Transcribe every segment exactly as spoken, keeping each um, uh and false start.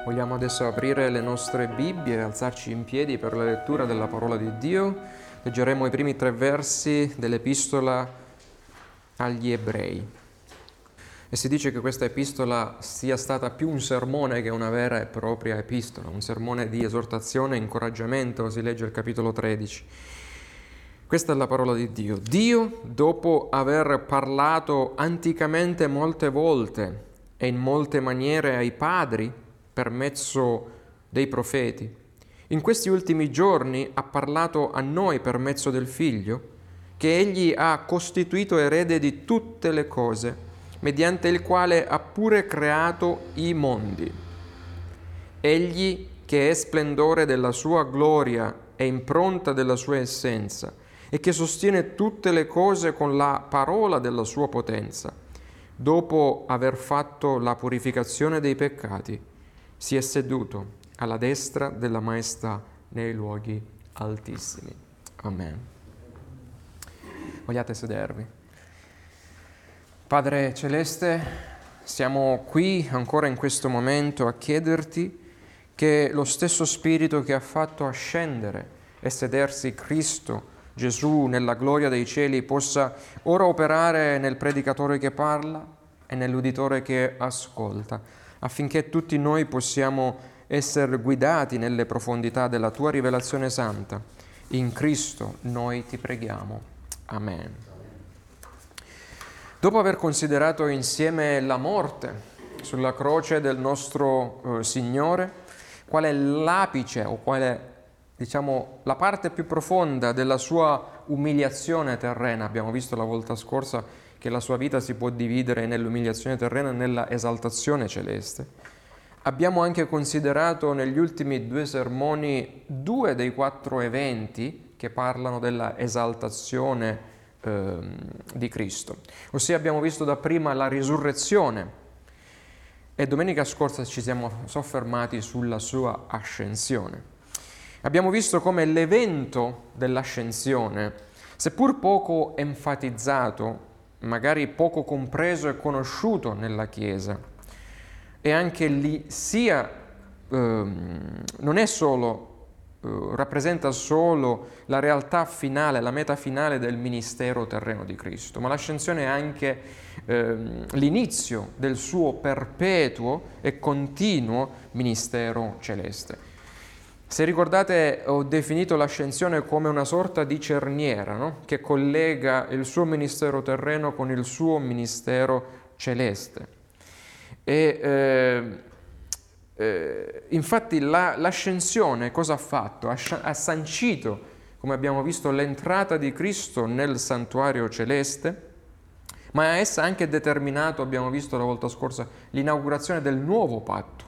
Vogliamo adesso aprire le nostre Bibbie e alzarci in piedi per la lettura della parola di Dio. Leggeremo i primi tre versi dell'Epistola agli Ebrei. E si dice che questa epistola sia stata più un sermone che una vera e propria epistola, un sermone di esortazione e incoraggiamento, si legge il capitolo tredici. Questa è la parola di Dio. Dio, dopo aver parlato anticamente molte volte e in molte maniere ai padri, per mezzo dei profeti, in questi ultimi giorni ha parlato a noi per mezzo del Figlio, che Egli ha costituito erede di tutte le cose, mediante il quale ha pure creato i mondi. Egli, che è splendore della sua gloria e impronta della sua essenza, e che sostiene tutte le cose con la parola della sua potenza, dopo aver fatto la purificazione dei peccati, si è seduto alla destra della maestà nei luoghi altissimi. Amen. Vogliate sedervi. Padre Celeste, siamo qui ancora in questo momento a chiederti che lo stesso Spirito che ha fatto ascendere e sedersi Cristo Gesù nella gloria dei cieli possa ora operare nel predicatore che parla e nell'uditore che ascolta, affinché tutti noi possiamo essere guidati nelle profondità della tua rivelazione santa. In Cristo noi ti preghiamo. Amen. Dopo aver considerato insieme la morte sulla croce del nostro eh, Signore, qual è l'apice o qual è, diciamo, la parte più profonda della sua umiliazione terrena, abbiamo visto la volta scorsa che la sua vita si può dividere nell'umiliazione terrena e nella esaltazione celeste. Abbiamo anche considerato negli ultimi due sermoni due dei quattro eventi che parlano della esaltazione eh, di Cristo. Ossia abbiamo visto dapprima la risurrezione e domenica scorsa ci siamo soffermati sulla sua ascensione. Abbiamo visto come l'evento dell'ascensione, seppur poco enfatizzato, magari poco compreso e conosciuto nella Chiesa, e anche lì sia ehm, non è solo eh, rappresenta solo la realtà finale, la meta finale del ministero terreno di Cristo, ma l'ascensione è anche ehm, l'inizio del suo perpetuo e continuo ministero celeste. Se ricordate, ho definito l'ascensione come una sorta di cerniera, no? Che collega il suo ministero terreno con il suo ministero celeste. E eh, eh, infatti la, l'ascensione cosa ha fatto? Ha, ha sancito, come abbiamo visto, l'entrata di Cristo nel santuario celeste, ma essa ha anche determinato, abbiamo visto la volta scorsa, l'inaugurazione del nuovo patto.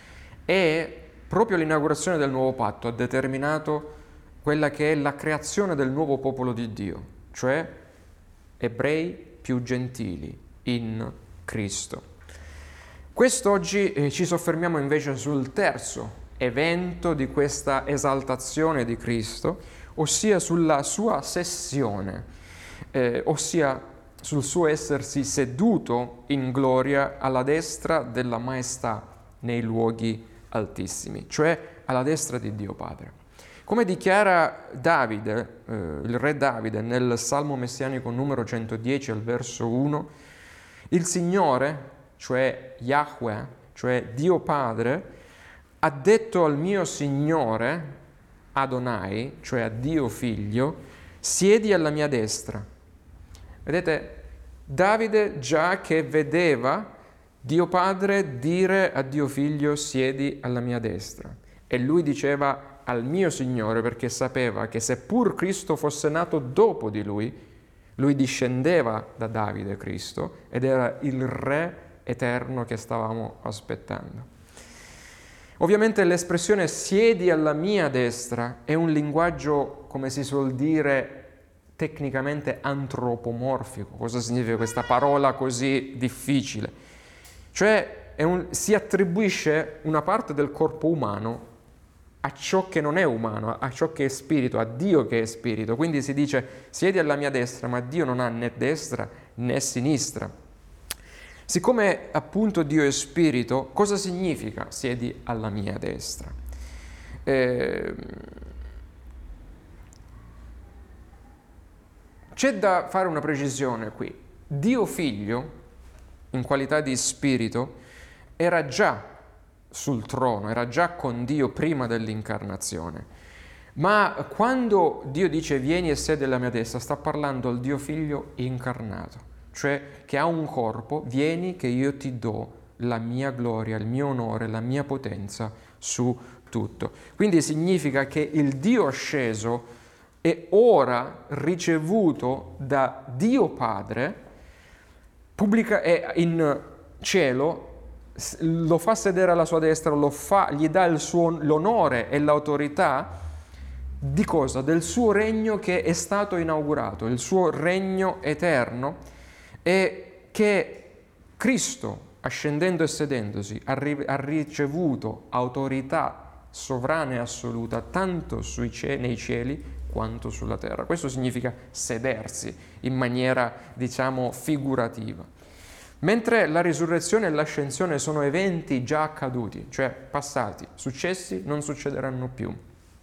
E proprio l'inaugurazione del nuovo patto ha determinato quella che è la creazione del nuovo popolo di Dio, cioè ebrei più gentili in Cristo. Quest'oggi eh, ci soffermiamo invece sul terzo evento di questa esaltazione di Cristo, ossia sulla sua sessione, eh, ossia sul suo essersi seduto in gloria alla destra della maestà nei luoghi altissimi, cioè alla destra di Dio Padre. Come dichiara Davide, eh, il re Davide, nel Salmo messianico numero centodieci al verso uno, il Signore, cioè Yahweh, cioè Dio Padre, ha detto al mio Signore, Adonai, cioè a Dio Figlio, siedi alla mia destra. Vedete, Davide già che vedeva Dio Padre dire a Dio Figlio siedi alla mia destra, e lui diceva al mio Signore perché sapeva che seppur Cristo fosse nato dopo di lui, lui discendeva da Davide Cristo ed era il Re eterno che stavamo aspettando. Ovviamente l'espressione siedi alla mia destra è un linguaggio, come si suol dire tecnicamente, antropomorfico. Cosa significa questa parola così difficile? Cioè è un, si attribuisce una parte del corpo umano a ciò che non è umano, a ciò che è spirito, a Dio che è spirito. Quindi si dice siedi alla mia destra, ma Dio non ha né destra né sinistra. Siccome appunto Dio è spirito, cosa significa siedi alla mia destra? Eh, c'è da fare una precisione qui. Dio Figlio, in qualità di spirito, era già sul trono, era già con Dio prima dell'incarnazione. Ma quando Dio dice vieni e siedi alla mia destra, sta parlando al Dio Figlio incarnato, cioè che ha un corpo, vieni che io ti do la mia gloria, il mio onore, la mia potenza su tutto. Quindi significa che il Dio asceso è ora ricevuto da Dio Padre, pubblica, è in cielo, lo fa sedere alla sua destra, lo fa, gli dà il suo, l'onore e l'autorità di cosa? Del suo regno che è stato inaugurato, il suo regno eterno, e che Cristo, ascendendo e sedendosi, ha, ri- ha ricevuto autorità sovrana e assoluta tanto sui ce- nei cieli quanto sulla terra. Questo significa sedersi in maniera, diciamo, figurativa. Mentre la risurrezione e l'ascensione sono eventi già accaduti, cioè passati, successi, non succederanno più.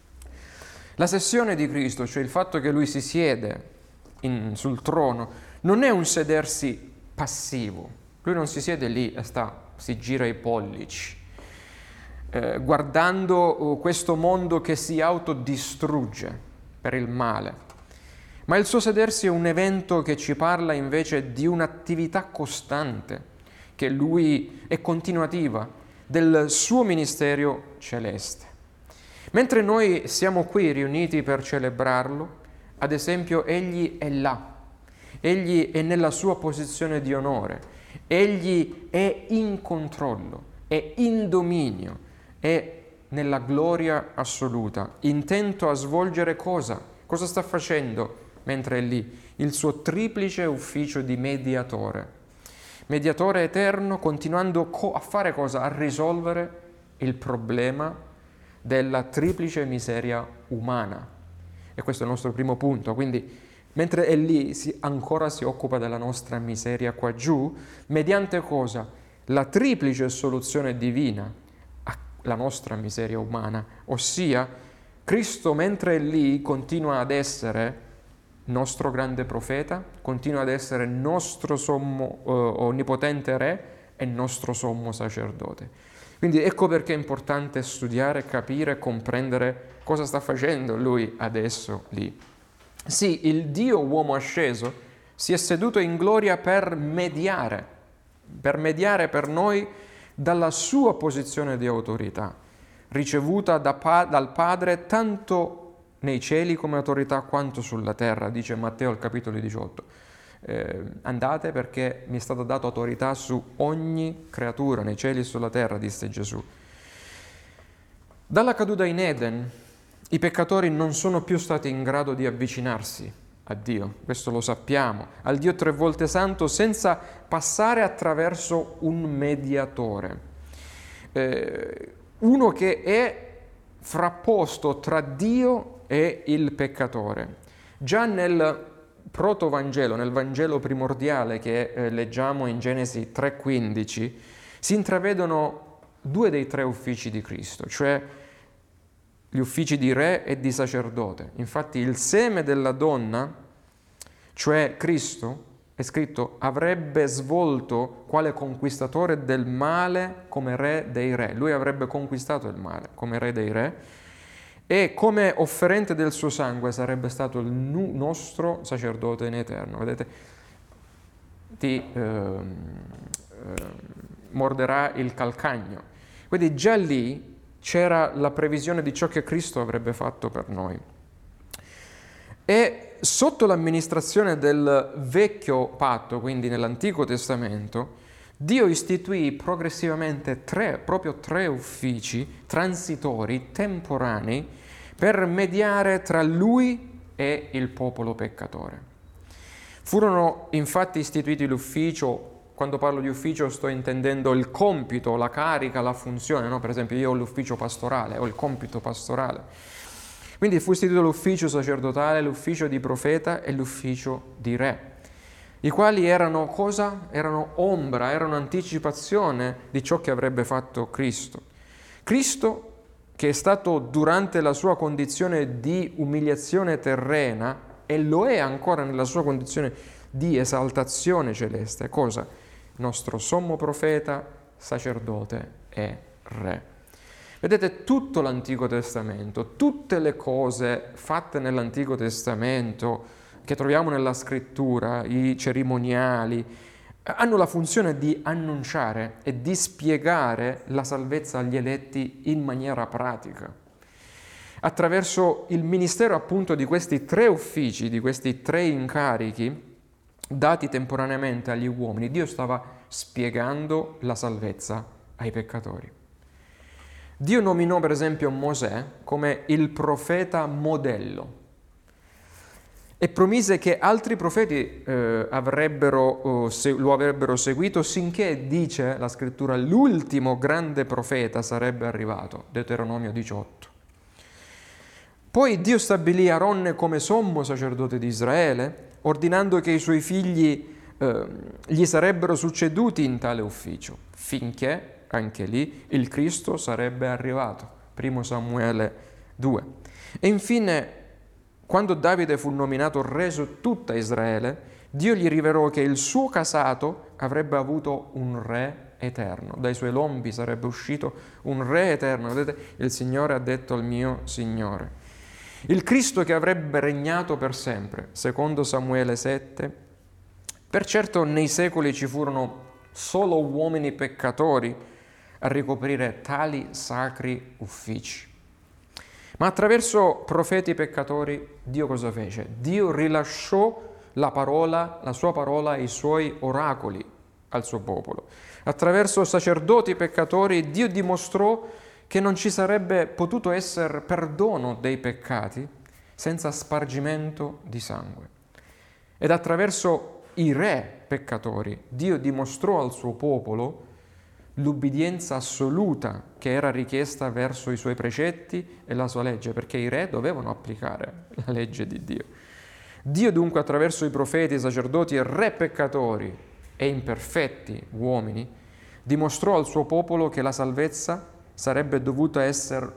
La sessione di Cristo, cioè il fatto che Lui si siede in, sul trono, non è un sedersi passivo. Lui non si siede lì e sta, si gira i pollici, eh, guardando questo mondo che si autodistrugge per il male. Ma il suo sedersi è un evento che ci parla invece di un'attività costante, che Lui è continuativa, del suo ministero celeste. Mentre noi siamo qui riuniti per celebrarlo, ad esempio, Egli è là, Egli è nella sua posizione di onore, Egli è in controllo, è in dominio, è nella gloria assoluta, intento a svolgere cosa? Cosa sta facendo mentre è lì? Il suo triplice ufficio di mediatore. Mediatore eterno, continuando a fare cosa? A risolvere il problema della triplice miseria umana. E questo è il nostro primo punto. Quindi, mentre è lì, si, ancora si occupa della nostra miseria qua giù, mediante cosa? La triplice soluzione divina alla nostra miseria umana, ossia Cristo, mentre è lì, continua ad essere nostro grande profeta, continua ad essere nostro sommo eh, onnipotente re e nostro sommo sacerdote. Quindi ecco perché è importante studiare, capire, comprendere cosa sta facendo Lui adesso lì. Sì, il Dio uomo asceso si è seduto in gloria per mediare, per mediare per noi dalla sua posizione di autorità, ricevuta da pa- dal Padre tanto nei cieli come autorità quanto sulla terra, dice Matteo al capitolo diciotto. Eh, andate perché mi è stata data autorità su ogni creatura, nei cieli e sulla terra, disse Gesù. Dalla caduta in Eden, i peccatori non sono più stati in grado di avvicinarsi a Dio, questo lo sappiamo, al Dio tre volte santo, senza passare attraverso un mediatore, eh, uno che è frapposto tra Dio e il peccatore. Già nel protovangelo, nel Vangelo primordiale che eh, leggiamo in Genesi tre quindici, si intravedono due dei tre uffici di Cristo, cioè gli uffici di re e di sacerdote. Infatti il seme della donna, cioè Cristo, è scritto, avrebbe svolto quale conquistatore del male come re dei re. Lui avrebbe conquistato il male come re dei re e come offerente del suo sangue sarebbe stato il nostro sacerdote in eterno. Vedete? Ti eh, eh, morderà il calcagno. Quindi già lì c'era la previsione di ciò che Cristo avrebbe fatto per noi. E sotto l'amministrazione del vecchio patto, quindi nell'Antico Testamento, Dio istituì progressivamente tre, proprio tre uffici transitori, temporanei, per mediare tra Lui e il popolo peccatore. Furono infatti istituiti l'ufficio. Quando parlo di ufficio sto intendendo il compito, la carica, la funzione, no? Per esempio io ho l'ufficio pastorale, ho il compito pastorale. Quindi fu istituito l'ufficio sacerdotale, l'ufficio di profeta e l'ufficio di re. i quali erano cosa? Erano ombra, erano anticipazione di ciò che avrebbe fatto Cristo. Cristo, che è stato durante la sua condizione di umiliazione terrena, e lo è ancora nella sua condizione di esaltazione celeste, cosa? Il nostro sommo profeta, sacerdote e re. Vedete, tutto l'Antico Testamento, tutte le cose fatte nell'Antico Testamento che troviamo nella Scrittura, i cerimoniali, hanno la funzione di annunciare e di spiegare la salvezza agli eletti in maniera pratica. Attraverso il ministero appunto di questi tre uffici, di questi tre incarichi dati temporaneamente agli uomini, Dio stava spiegando la salvezza ai peccatori. Dio nominò per esempio Mosè come il profeta modello e promise che altri profeti eh, avrebbero, eh, se, lo avrebbero seguito sinché, dice la scrittura, l'ultimo grande profeta sarebbe arrivato, Deuteronomio diciotto. Poi Dio stabilì Aronne come sommo sacerdote di Israele, ordinando che i suoi figli eh, gli sarebbero succeduti in tale ufficio, finché, anche lì, il Cristo sarebbe arrivato, primo Samuele due. E infine, quando Davide fu nominato re su tutta Israele, Dio gli rivelò che il suo casato avrebbe avuto un re eterno, dai suoi lombi sarebbe uscito un re eterno. Vedete, il Signore ha detto al mio Signore. Il Cristo che avrebbe regnato per sempre, secondo Samuele sette. Per certo nei secoli ci furono solo uomini peccatori a ricoprire tali sacri uffici. Ma attraverso profeti peccatori Dio cosa fece? Dio rilasciò la parola, la sua parola e i suoi oracoli al suo popolo. Attraverso sacerdoti peccatori Dio dimostrò che non ci sarebbe potuto essere perdono dei peccati senza spargimento di sangue. Ed attraverso i re peccatori Dio dimostrò al suo popolo l'ubbidienza assoluta che era richiesta verso i suoi precetti e la sua legge, perché i re dovevano applicare la legge di Dio. Dio dunque attraverso i profeti, i sacerdoti e re peccatori e imperfetti uomini dimostrò al suo popolo che la salvezza sarebbe dovuta essere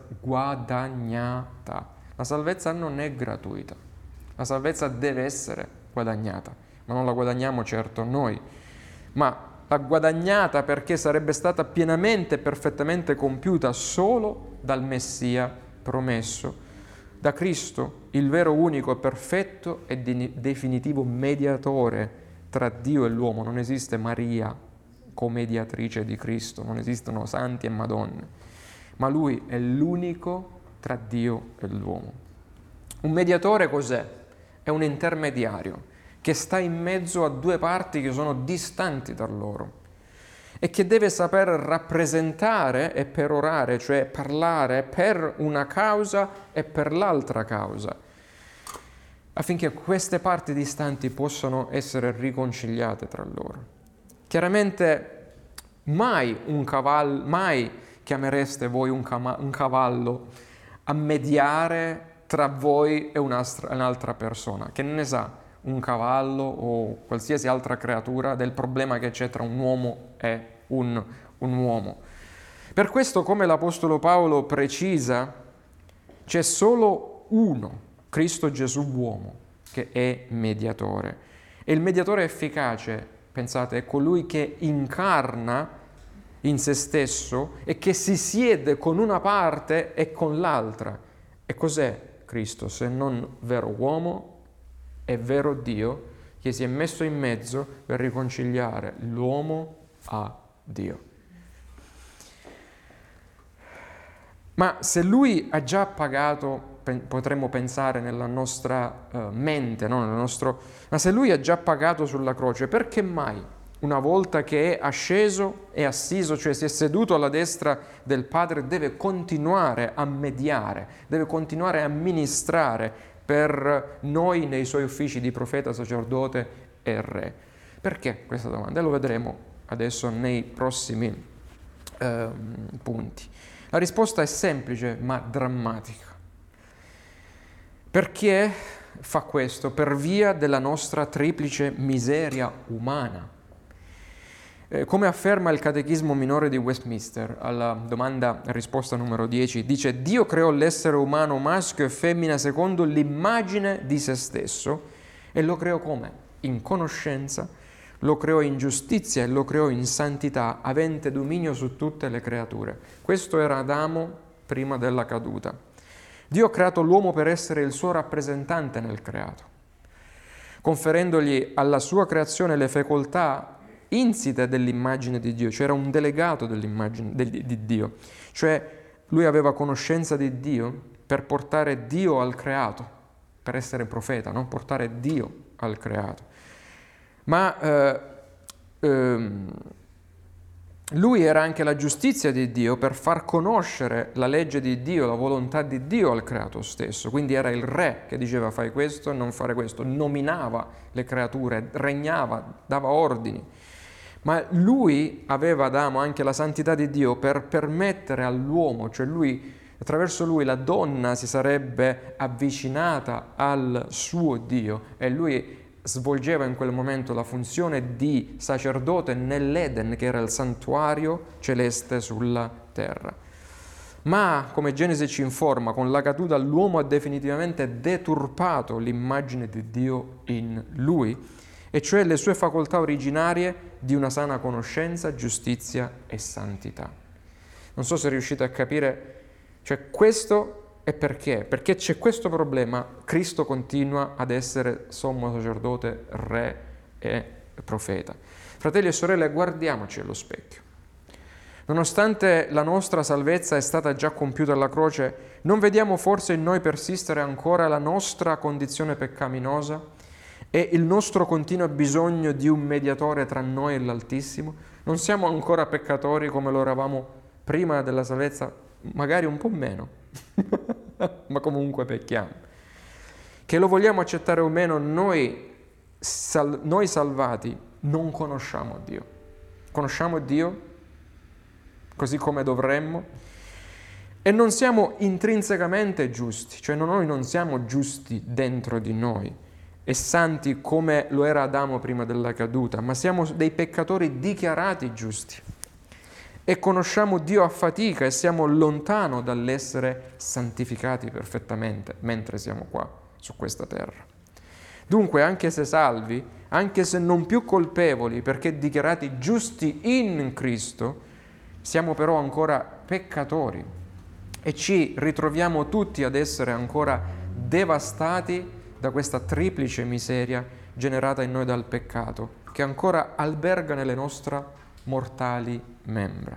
guadagnata. La salvezza non è gratuita, la salvezza deve essere guadagnata, ma non la guadagniamo certo noi, ma la guadagnata perché sarebbe stata pienamente e perfettamente compiuta solo dal Messia promesso, da Cristo, il vero, unico, perfetto e definitivo mediatore tra Dio e l'uomo. Non esiste Maria comediatrice di Cristo, non esistono santi e madonne, ma Lui è l'unico tra Dio e l'uomo. Un mediatore cos'è? È un intermediario che sta in mezzo a due parti che sono distanti da loro e che deve saper rappresentare e perorare, cioè parlare per una causa e per l'altra causa, affinché queste parti distanti possano essere riconciliate tra loro. Chiaramente mai un cavallo, mai chiamereste voi un, cama, un cavallo a mediare tra voi e un'altra persona, che ne sa un cavallo o qualsiasi altra creatura del problema che c'è tra un uomo e un, un uomo. Per questo, come l'Apostolo Paolo precisa, c'è solo uno, Cristo Gesù uomo, che è mediatore. E il mediatore efficace, pensate, è colui che incarna in se stesso e che si siede con una parte e con l'altra. E cos'è Cristo se non vero uomo e vero Dio che si è messo in mezzo per riconciliare l'uomo a Dio? Ma se Lui ha già pagato, potremmo pensare nella nostra uh, mente, no? Nel nostro, ma se Lui ha già pagato sulla croce, perché mai una volta che è asceso e assiso, cioè si è seduto alla destra del Padre, deve continuare a mediare, deve continuare a ministrare per noi nei suoi uffici di profeta, sacerdote e re? Perché questa domanda? E lo vedremo adesso nei prossimi eh, punti. La risposta è semplice ma drammatica. Perché fa questo per via della nostra triplice miseria umana. Eh, come afferma il Catechismo minore di Westminster, alla domanda e risposta numero dieci, dice: Dio creò l'essere umano maschio e femmina secondo l'immagine di se stesso e lo creò come? In conoscenza, lo creò in giustizia e lo creò in santità, avente dominio su tutte le creature. Questo era Adamo prima della caduta. Dio ha creato l'uomo per essere il suo rappresentante nel creato, conferendogli alla sua creazione le facoltà insite dell'immagine di Dio, cioè era un delegato dell'immagine di, di Dio, cioè lui aveva conoscenza di Dio per portare Dio al creato, per essere profeta, no? Portare Dio al creato. Ma eh, ehm, lui era anche la giustizia di Dio per far conoscere la legge di Dio, la volontà di Dio al creato stesso. Quindi era il re che diceva fai questo e non fare questo, nominava le creature, regnava, dava ordini. Ma lui aveva, Adamo, anche la santità di Dio per permettere all'uomo, cioè lui, attraverso lui la donna si sarebbe avvicinata al suo Dio e lui svolgeva in quel momento la funzione di sacerdote nell'Eden, che era il santuario celeste sulla terra. Ma, come Genesi ci informa, con la caduta l'uomo ha definitivamente deturpato l'immagine di Dio in lui, e cioè le sue facoltà originarie di una sana conoscenza, giustizia e santità. Non so se riuscite a capire, cioè questo è perché? Perché c'è questo problema, Cristo continua ad essere sommo sacerdote, re e profeta. Fratelli e sorelle, guardiamoci allo specchio. Nonostante la nostra salvezza è stata già compiuta alla croce, non vediamo forse in noi persistere ancora la nostra condizione peccaminosa e il nostro continuo bisogno di un mediatore tra noi e l'Altissimo? Non siamo ancora peccatori come lo eravamo prima della salvezza? Magari un po' meno, ma comunque pecchiamo. Che lo vogliamo accettare o meno, noi, sal- noi salvati non conosciamo Dio. Conosciamo Dio così come dovremmo e non siamo intrinsecamente giusti, cioè noi non siamo giusti dentro di noi e santi come lo era Adamo prima della caduta, ma siamo dei peccatori dichiarati giusti. E conosciamo Dio a fatica e siamo lontano dall'essere santificati perfettamente mentre siamo qua, su questa terra. Dunque, anche se salvi, anche se non più colpevoli perché dichiarati giusti in Cristo, siamo però ancora peccatori e ci ritroviamo tutti ad essere ancora devastati da questa triplice miseria generata in noi dal peccato, che ancora alberga nelle nostre mortali membra.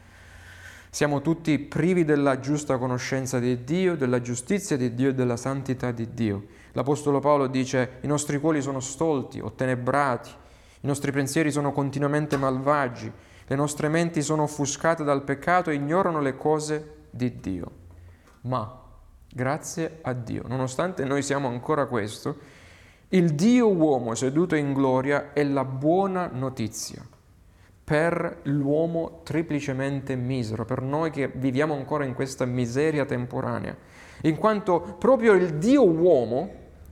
Siamo tutti privi della giusta conoscenza di Dio, della giustizia di Dio e della santità di Dio. L'Apostolo Paolo dice: i nostri cuori sono stolti, ottenebrati, i nostri pensieri sono continuamente malvagi, le nostre menti sono offuscate dal peccato e ignorano le cose di Dio. Ma, grazie a Dio, nonostante noi siamo ancora questo, il Dio uomo seduto in gloria è la buona notizia per l'uomo triplicemente misero, per noi che viviamo ancora in questa miseria temporanea, in quanto proprio il Dio uomo,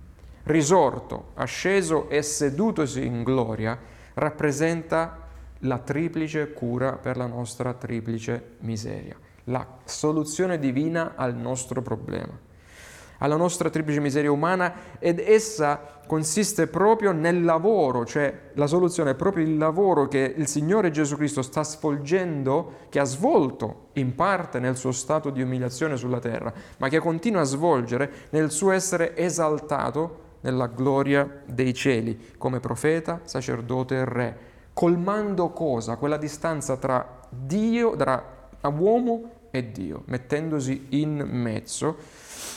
risorto, asceso e sedutosi in gloria, rappresenta la triplice cura per la nostra triplice miseria, la soluzione divina al nostro problema, alla nostra triplice miseria umana, ed essa consiste proprio nel lavoro, cioè la soluzione è proprio il lavoro che il Signore Gesù Cristo sta svolgendo, che ha svolto in parte nel suo stato di umiliazione sulla terra, ma che continua a svolgere nel suo essere esaltato nella gloria dei cieli, come profeta, sacerdote e re, colmando cosa? Quella distanza tra Dio, tra uomo e Dio, mettendosi in mezzo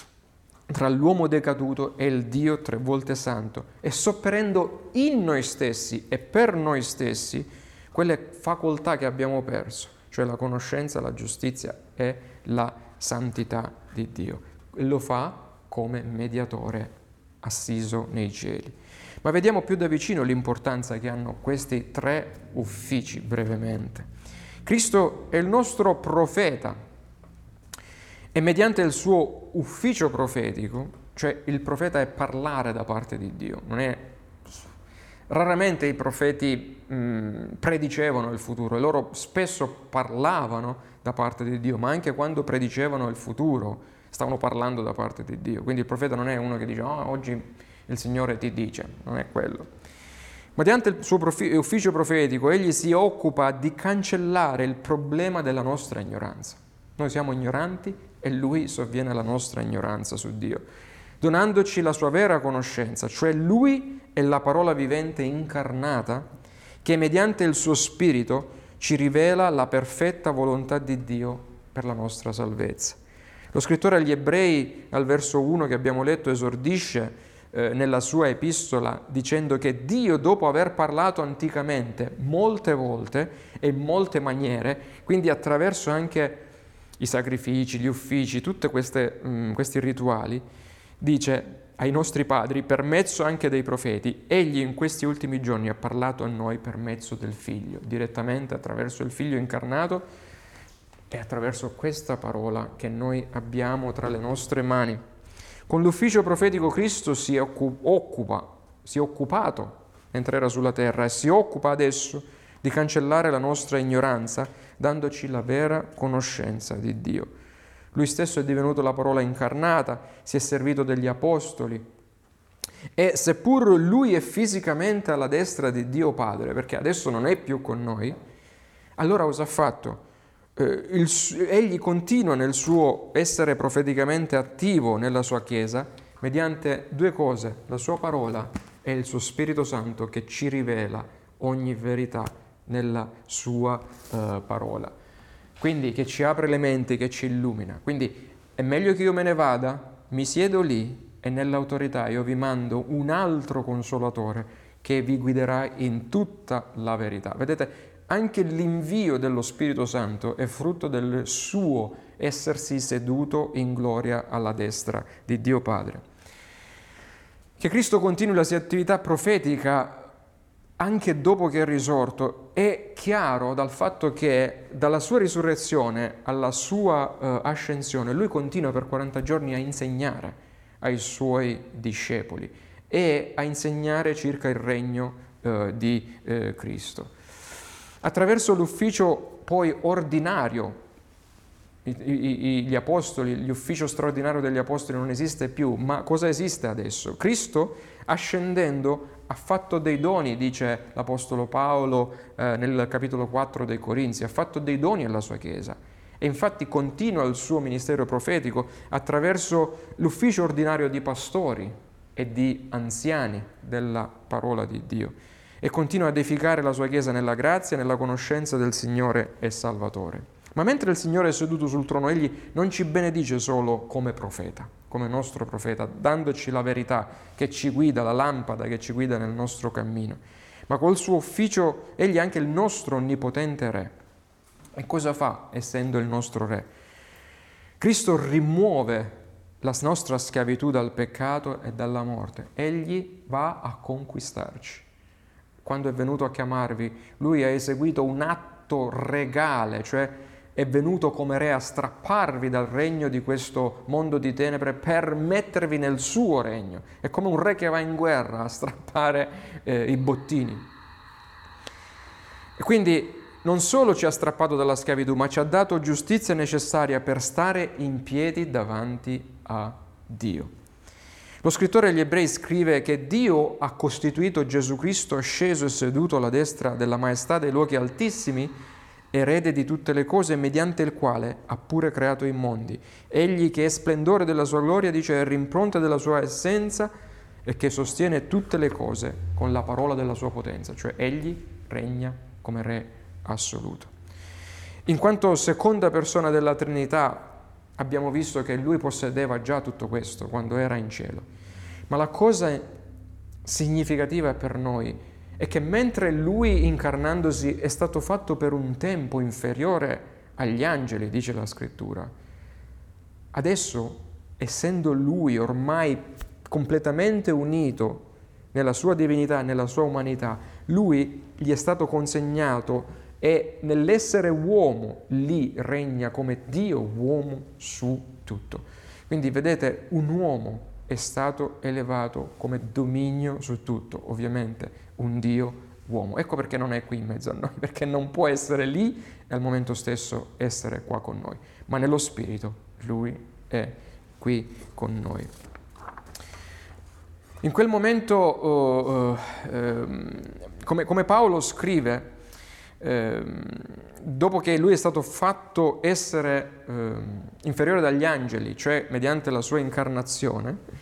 tra l'uomo decaduto e il Dio tre volte santo e sopperendo in noi stessi e per noi stessi quelle facoltà che abbiamo perso, cioè la conoscenza, la giustizia e la santità di Dio. E lo fa come mediatore assiso nei cieli. Ma vediamo più da vicino l'importanza che hanno questi tre uffici brevemente. Cristo è il nostro profeta e mediante il suo ufficio profetico cioè il profeta è parlare da parte di Dio, non è... Raramente i profeti mh, predicevano il futuro, e loro spesso parlavano da parte di Dio, ma anche quando predicevano il futuro stavano parlando da parte di Dio. Quindi il profeta non è uno che dice oh, oggi il Signore ti dice, non è quello. Mediante il suo profi- ufficio profetico egli si occupa di cancellare il problema della nostra ignoranza. Noi siamo ignoranti e lui sovviene alla nostra ignoranza su Dio, donandoci la sua vera conoscenza, cioè lui è la parola vivente incarnata che mediante il suo spirito ci rivela la perfetta volontà di Dio per la nostra salvezza. Lo scrittore agli Ebrei, al verso uno che abbiamo letto, esordisce eh, nella sua epistola dicendo che Dio, dopo aver parlato anticamente molte volte e in molte maniere, quindi attraverso anche i sacrifici, gli uffici, tutti questi rituali, dice ai nostri padri, per mezzo anche dei profeti, egli in questi ultimi giorni ha parlato a noi per mezzo del Figlio, direttamente attraverso il Figlio incarnato e attraverso questa parola che noi abbiamo tra le nostre mani. Con l'ufficio profetico Cristo si occupa, si è occupato mentre era sulla terra e si occupa adesso di cancellare la nostra ignoranza, dandoci la vera conoscenza di Dio. Lui stesso è divenuto la parola incarnata, si è servito degli apostoli e seppur lui è fisicamente alla destra di Dio Padre, perché adesso non è più con noi, allora cosa ha fatto? Eh, il, egli continua nel suo essere profeticamente attivo nella sua Chiesa mediante due cose, la sua parola e il suo Spirito Santo che ci rivela ogni verità nella sua eh, parola. Quindi che ci apre le menti, che ci illumina. Quindi è meglio che io me ne vada, mi siedo lì e nell'autorità io vi mando un altro consolatore che vi guiderà in tutta la verità. Vedete, anche l'invio dello Spirito Santo è frutto del suo essersi seduto in gloria alla destra di Dio Padre. Che Cristo continui la sua attività profetica anche dopo che è risorto è chiaro dal fatto che dalla sua risurrezione alla sua uh, ascensione lui continua per quaranta giorni a insegnare ai suoi discepoli e a insegnare circa il regno uh, di uh, Cristo. Attraverso l'ufficio poi ordinario, i, i, gli apostoli, l'ufficio straordinario degli apostoli non esiste più, ma cosa esiste adesso? Cristo ascendendo ha fatto dei doni, dice l'Apostolo Paolo eh, nel capitolo quattro dei Corinzi, ha fatto dei doni alla sua Chiesa e infatti continua il suo ministero profetico attraverso l'ufficio ordinario di pastori e di anziani della parola di Dio e continua ad edificare la sua Chiesa nella grazia e nella conoscenza del Signore e Salvatore. Ma mentre il Signore è seduto sul trono, Egli non ci benedice solo come profeta, come nostro profeta, dandoci la verità che ci guida, la lampada che ci guida nel nostro cammino, ma col suo ufficio Egli è anche il nostro onnipotente Re. E cosa fa, essendo il nostro Re? Cristo rimuove la nostra schiavitù dal peccato e dalla morte. Egli va a conquistarci. Quando è venuto a chiamarvi, Lui ha eseguito un atto regale, cioè è venuto come Re a strapparvi dal regno di questo mondo di tenebre per mettervi nel suo regno. È come un re che va in guerra a strappare eh, i bottini. E quindi non solo ci ha strappato dalla schiavitù, ma ci ha dato giustizia necessaria per stare in piedi davanti a Dio. Lo scrittore agli Ebrei scrive che Dio ha costituito Gesù Cristo sceso e seduto alla destra della maestà dei luoghi altissimi, erede di tutte le cose, mediante il quale ha pure creato i mondi. Egli che è splendore della sua gloria, dice, è rimpronta della sua essenza e che sostiene tutte le cose con la parola della sua potenza, cioè egli regna come Re assoluto. In quanto seconda persona della Trinità, abbiamo visto che lui possedeva già tutto questo quando era in cielo. Ma la cosa significativa per noi è che mentre lui incarnandosi è stato fatto per un tempo inferiore agli angeli, dice la Scrittura, adesso, essendo lui ormai completamente unito nella sua divinità, nella sua umanità, lui gli è stato consegnato e nell'essere uomo lì regna come Dio uomo su tutto. Quindi vedete, un uomo è stato elevato come dominio su tutto, ovviamente un Dio uomo. Ecco perché non è qui in mezzo a noi, perché non può essere lì e al momento stesso essere qua con noi, ma nello spirito lui è qui con noi. In quel momento, uh, uh, uh, come, come Paolo scrive, uh, dopo che lui è stato fatto essere uh, inferiore dagli angeli, cioè mediante la sua incarnazione,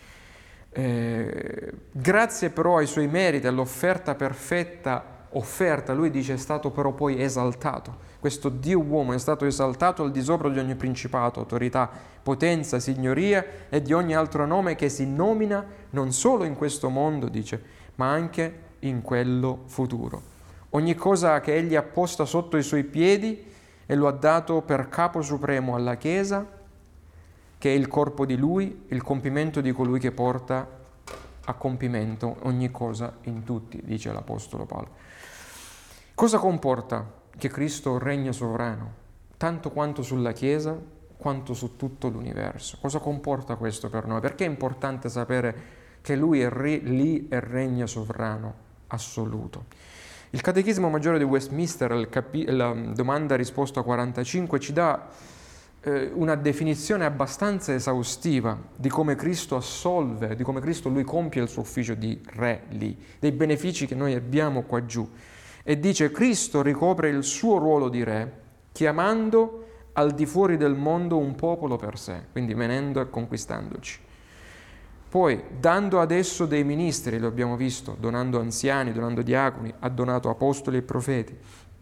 Eh, grazie però ai suoi meriti, all'offerta perfetta offerta, lui dice è stato però poi esaltato. Questo Dio uomo è stato esaltato al di sopra di ogni principato, autorità, potenza, signoria e di ogni altro nome che si nomina non solo in questo mondo, dice, ma anche in quello futuro. Ogni cosa che egli ha posta sotto i suoi piedi e lo ha dato per capo supremo alla Chiesa, che è il corpo di lui, il compimento di colui che porta a compimento ogni cosa in tutti, dice l'Apostolo Paolo. Cosa comporta che Cristo regna sovrano, tanto quanto sulla Chiesa, quanto su tutto l'universo? Cosa comporta questo per noi? Perché è importante sapere che Lui è re, lì e regna sovrano assoluto? Il Catechismo Maggiore di Westminster, il capi, la domanda risposta quarantacinque, ci dà una definizione abbastanza esaustiva di come Cristo assolve, di come Cristo lui compie il suo ufficio di re lì, dei benefici che noi abbiamo qua giù. E dice: Cristo ricopre il suo ruolo di re, chiamando al di fuori del mondo un popolo per sé, quindi venendo e conquistandoci. Poi, dando ad esso dei ministri, lo abbiamo visto, donando anziani, donando diaconi, ha donato apostoli e profeti,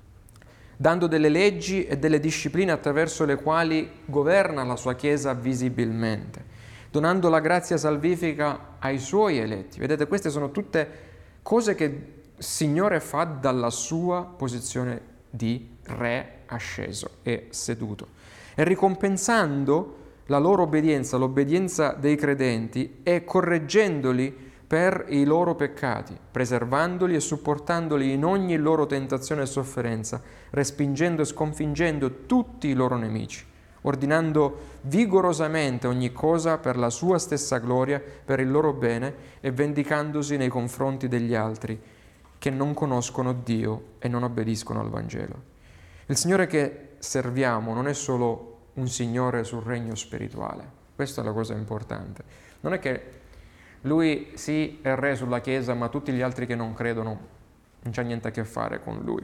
dando delle leggi e delle discipline attraverso le quali governa la sua Chiesa visibilmente, donando la grazia salvifica ai suoi eletti. Vedete, queste sono tutte cose che il Signore fa dalla sua posizione di re asceso e seduto, e ricompensando la loro obbedienza, l'obbedienza dei credenti, e correggendoli per i loro peccati, preservandoli e supportandoli in ogni loro tentazione e sofferenza, respingendo e sconfiggendo tutti i loro nemici, ordinando vigorosamente ogni cosa per la sua stessa gloria, per il loro bene, e vendicandosi nei confronti degli altri che non conoscono Dio e non obbediscono al Vangelo. Il Signore che serviamo non è solo un Signore sul regno spirituale, questa è la cosa importante. Non è che Lui sì è re sulla Chiesa, ma tutti gli altri che non credono non c'ha niente a che fare con Lui.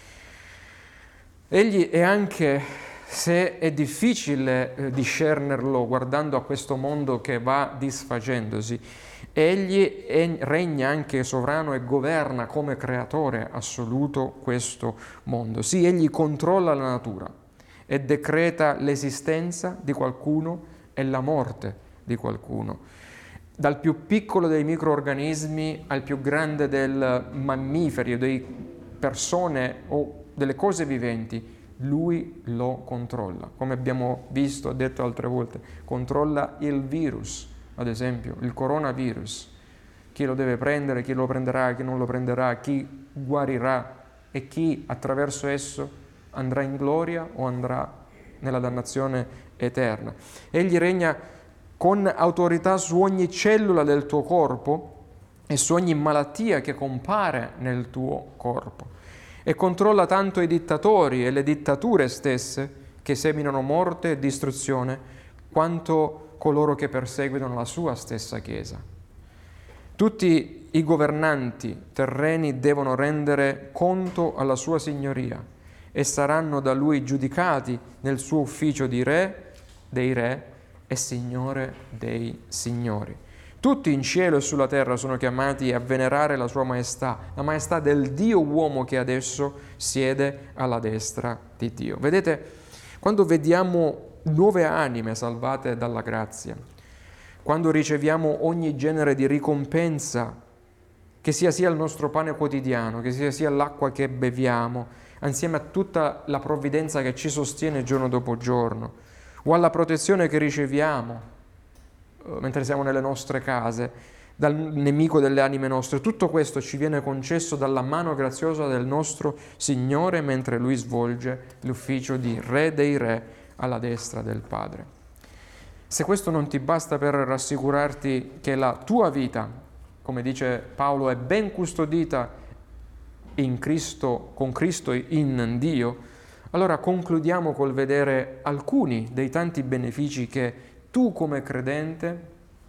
Egli è anche, se è difficile eh, discernerlo guardando a questo mondo che va disfacendosi, egli è, regna anche sovrano e governa come creatore assoluto questo mondo. Sì, egli controlla la natura e decreta l'esistenza di qualcuno e la morte di qualcuno. Dal più piccolo dei microorganismi al più grande del mammiferi o delle persone o delle cose viventi, lui lo controlla. Come abbiamo visto, detto altre volte, controlla il virus, ad esempio, il coronavirus. Chi lo deve prendere, chi lo prenderà, chi non lo prenderà, chi guarirà e chi attraverso esso andrà in gloria o andrà nella dannazione eterna. Egli regna con autorità su ogni cellula del tuo corpo e su ogni malattia che compare nel tuo corpo, e controlla tanto i dittatori e le dittature stesse che seminano morte e distruzione, quanto coloro che perseguitano la sua stessa Chiesa. Tutti i governanti terreni devono rendere conto alla sua signoria e saranno da lui giudicati nel suo ufficio di re dei re e Signore dei signori. Tutti in cielo e sulla terra sono chiamati a venerare la sua maestà, la maestà del Dio uomo che adesso siede alla destra di Dio. Vedete, quando vediamo nuove anime salvate dalla grazia, quando riceviamo ogni genere di ricompensa, che sia sia il nostro pane quotidiano, che sia sia l'acqua che beviamo, insieme a tutta la provvidenza che ci sostiene giorno dopo giorno, o alla protezione che riceviamo eh, mentre siamo nelle nostre case, dal nemico delle anime nostre. Tutto questo ci viene concesso dalla mano graziosa del nostro Signore mentre Lui svolge l'ufficio di Re dei Re alla destra del Padre. Se questo non ti basta per rassicurarti che la tua vita, come dice Paolo, è ben custodita in Cristo, con Cristo in Dio, allora concludiamo col vedere alcuni dei tanti benefici che tu come credente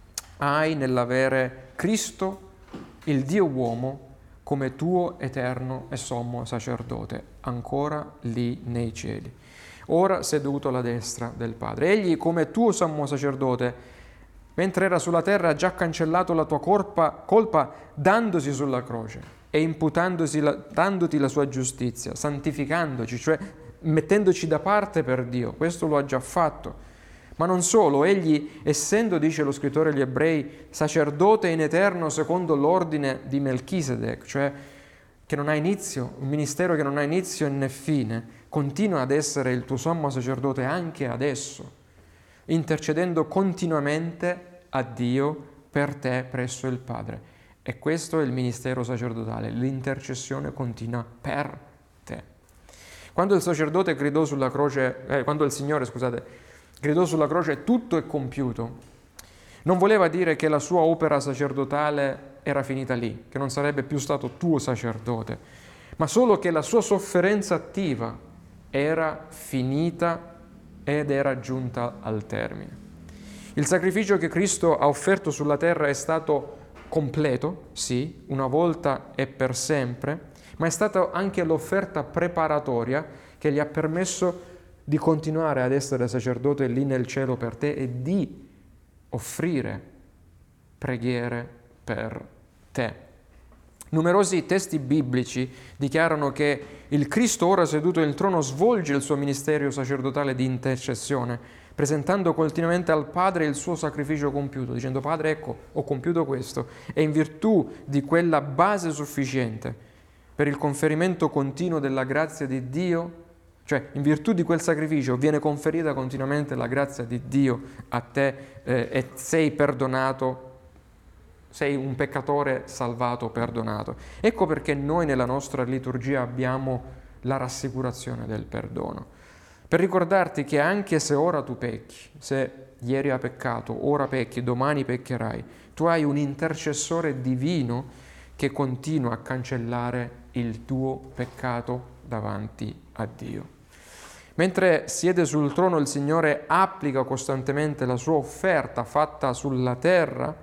hai nell'avere Cristo, il Dio uomo, come tuo eterno e sommo sacerdote, ancora lì nei cieli, ora seduto alla destra del Padre. Egli, come tuo sommo sacerdote, mentre era sulla terra, ha già cancellato la tua colpa, colpa dandosi sulla croce e imputandosi la, dandoti la sua giustizia, santificandoci, cioè mettendoci da parte per Dio. Questo lo ha già fatto. Ma non solo, egli, essendo, dice lo scrittore agli Ebrei, sacerdote in eterno secondo l'ordine di Melchisedec, cioè che non ha inizio, un ministero che non ha inizio né fine, continua ad essere il tuo sommo sacerdote anche adesso, intercedendo continuamente a Dio per te presso il Padre. E questo è il ministero sacerdotale, l'intercessione continua per te. Quando il sacerdote gridò sulla croce, eh, quando il Signore, scusate, gridò sulla croce tutto è compiuto, non voleva dire che la sua opera sacerdotale era finita lì, che non sarebbe più stato tuo sacerdote, ma solo che la sua sofferenza attiva era finita ed era giunta al termine. Il sacrificio che Cristo ha offerto sulla terra è stato completo, sì, una volta e per sempre, ma è stata anche l'offerta preparatoria che gli ha permesso di continuare ad essere sacerdote lì nel cielo per te e di offrire preghiere per te. Numerosi testi biblici dichiarano che il Cristo ora seduto nel trono svolge il suo ministero sacerdotale di intercessione, presentando continuamente al Padre il suo sacrificio compiuto, dicendo: Padre, ecco, ho compiuto questo, e in virtù di quella base sufficiente per il conferimento continuo della grazia di Dio, cioè in virtù di quel sacrificio viene conferita continuamente la grazia di Dio a te eh, e sei perdonato, sei un peccatore salvato, perdonato. Ecco perché noi nella nostra liturgia abbiamo la rassicurazione del perdono, per ricordarti che anche se ora tu pecchi, se ieri hai peccato, ora pecchi, domani peccherai, tu hai un intercessore divino che continua a cancellare il tuo peccato davanti a Dio. Mentre siede sul trono, il Signore applica costantemente la sua offerta fatta sulla terra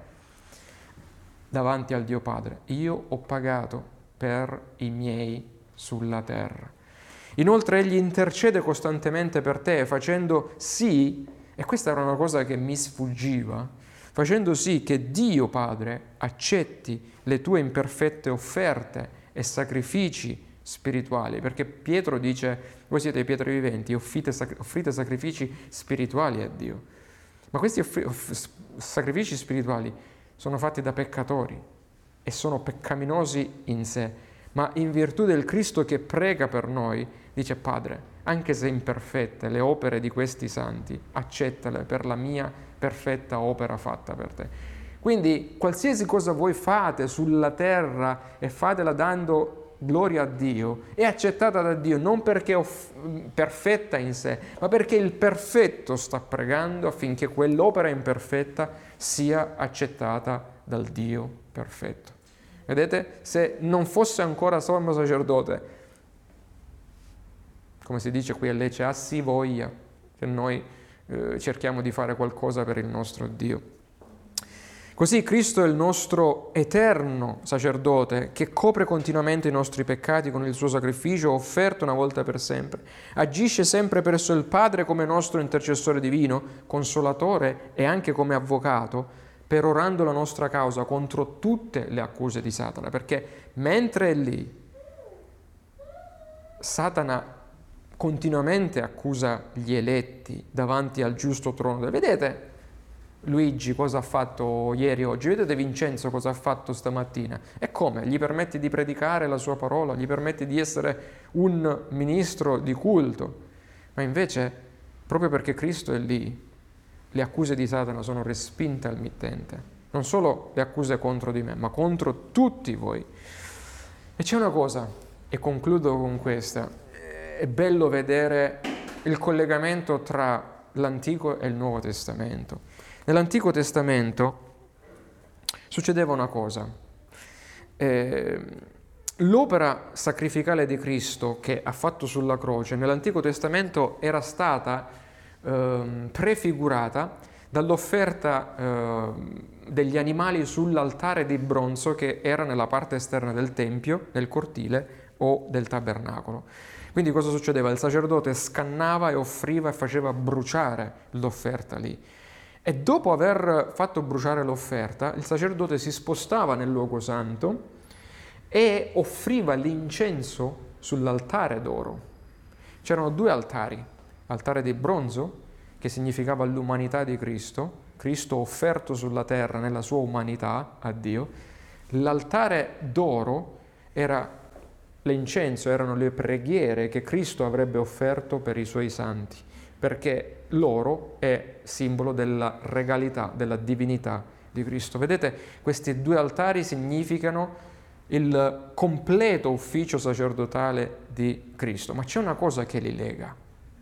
davanti al Dio Padre. Io ho pagato per i miei sulla terra. Inoltre egli intercede costantemente per te, facendo sì, e questa era una cosa che mi sfuggiva, facendo sì che Dio Padre accetti le tue imperfette offerte e sacrifici spirituali, perché Pietro dice: voi siete pietre viventi, offrite, offrite sacrifici spirituali a Dio. Ma questi offri, off, sacrifici spirituali sono fatti da peccatori e sono peccaminosi in sé, ma in virtù del Cristo che prega per noi, dice: Padre, anche se imperfette le opere di questi santi, accettale per la mia perfetta opera fatta per te. Quindi qualsiasi cosa voi fate sulla terra e fatela dando gloria a Dio, è accettata da Dio non perché è perfetta in sé, ma perché il perfetto sta pregando affinché quell'opera imperfetta sia accettata dal Dio perfetto. Vedete? Se non fosse ancora sommo sacerdote, come si dice qui a Lecce, ah sì voglia che noi eh, cerchiamo di fare qualcosa per il nostro Dio. Così Cristo è il nostro eterno sacerdote che copre continuamente i nostri peccati con il suo sacrificio offerto una volta per sempre. Agisce sempre presso il Padre come nostro intercessore divino, consolatore e anche come avvocato, perorando la nostra causa contro tutte le accuse di Satana. Perché mentre è lì, Satana continuamente accusa gli eletti davanti al giusto trono. Vedete Luigi cosa ha fatto ieri, oggi? Vedete Vincenzo cosa ha fatto stamattina? E come? Gli permette di predicare la sua parola, gli permette di essere un ministro di culto. Ma invece, proprio perché Cristo è lì, le accuse di Satana sono respinte al mittente. Non solo le accuse contro di me, ma contro tutti voi. E c'è una cosa, e concludo con questa, è bello vedere il collegamento tra l'Antico e il Nuovo Testamento. Nell'Antico Testamento succedeva una cosa. Eh, l'opera sacrificale di Cristo che ha fatto sulla croce nell'Antico Testamento era stata eh, prefigurata dall'offerta eh, degli animali sull'altare di bronzo che era nella parte esterna del Tempio, nel cortile o del tabernacolo. Quindi cosa succedeva? Il sacerdote scannava e offriva e faceva bruciare l'offerta lì. E dopo aver fatto bruciare l'offerta, il sacerdote si spostava nel luogo santo e offriva l'incenso sull'altare d'oro. C'erano due altari, l'altare di bronzo, che significava l'umanità di Cristo, Cristo offerto sulla terra nella sua umanità a Dio. L'altare d'oro era l'incenso, erano le preghiere che Cristo avrebbe offerto per i suoi santi, perché l'oro è simbolo della regalità, della divinità di Cristo. Vedete, questi due altari significano il completo ufficio sacerdotale di Cristo, ma c'è una cosa che li lega.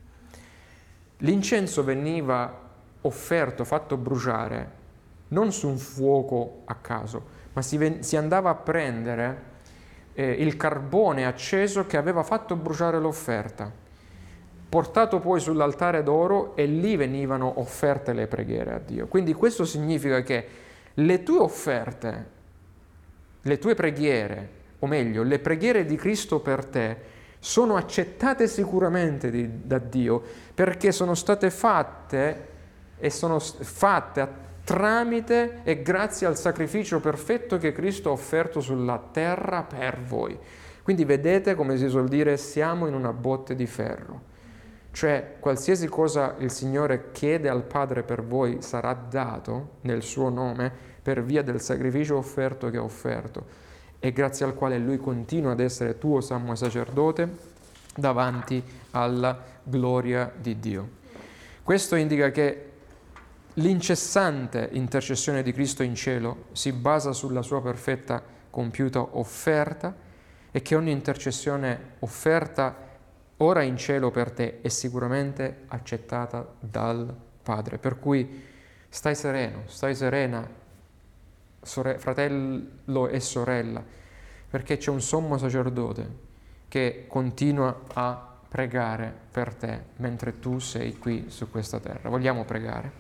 L'incenso veniva offerto, fatto bruciare, non su un fuoco a caso, ma si, ven- si andava a prendere eh, il carbone acceso che aveva fatto bruciare l'offerta, portato poi sull'altare d'oro, e lì venivano offerte le preghiere a Dio. Quindi questo significa che le tue offerte, le tue preghiere, o meglio, le preghiere di Cristo per te, sono accettate sicuramente di, da Dio, perché sono state fatte e sono fatte a, tramite e grazie al sacrificio perfetto che Cristo ha offerto sulla terra per voi. Quindi vedete, come si suol dire, siamo in una botte di ferro. Cioè, qualsiasi cosa il Signore chiede al Padre per voi sarà dato nel suo nome per via del sacrificio offerto che ha offerto, e grazie al quale Lui continua ad essere tuo sommo sacerdote davanti alla gloria di Dio. Questo indica che l'incessante intercessione di Cristo in cielo si basa sulla sua perfetta compiuta offerta, e che ogni intercessione offerta ora in cielo per te è sicuramente accettata dal Padre. Per cui stai sereno, stai serena, Sore- fratello e sorella, perché c'è un sommo sacerdote che continua a pregare per te mentre tu sei qui su questa terra. Vogliamo pregare?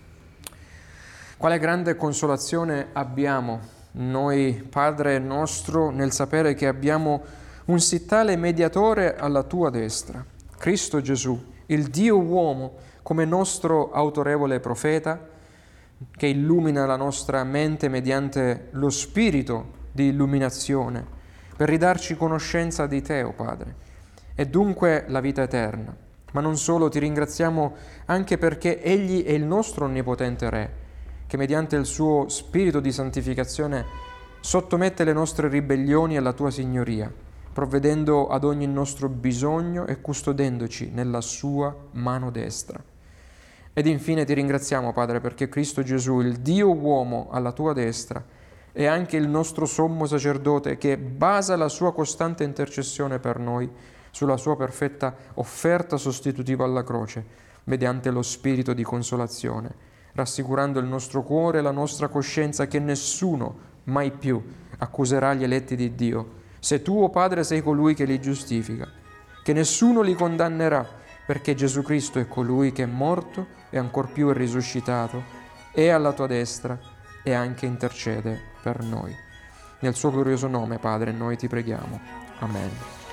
Quale grande consolazione abbiamo noi, Padre nostro, nel sapere che abbiamo un sì tale mediatore alla tua destra, Cristo Gesù, il Dio uomo, come nostro autorevole profeta, che illumina la nostra mente mediante lo spirito di illuminazione, per ridarci conoscenza di te, o Padre, e dunque la vita eterna. Ma non solo, ti ringraziamo anche perché Egli è il nostro onnipotente Re, che mediante il suo spirito di santificazione sottomette le nostre ribellioni alla tua signoria, provvedendo ad ogni nostro bisogno e custodendoci nella sua mano destra. Ed infine ti ringraziamo, Padre, perché Cristo Gesù, il Dio uomo alla tua destra, è anche il nostro sommo sacerdote che basa la sua costante intercessione per noi sulla sua perfetta offerta sostitutiva alla croce, mediante lo spirito di consolazione, rassicurando il nostro cuore e la nostra coscienza che nessuno mai più accuserà gli eletti di Dio, se tu, o Padre, sei colui che li giustifica, che nessuno li condannerà, perché Gesù Cristo è colui che è morto e ancor più è risuscitato, è alla tua destra e anche intercede per noi. Nel suo glorioso nome, Padre, noi ti preghiamo. Amen.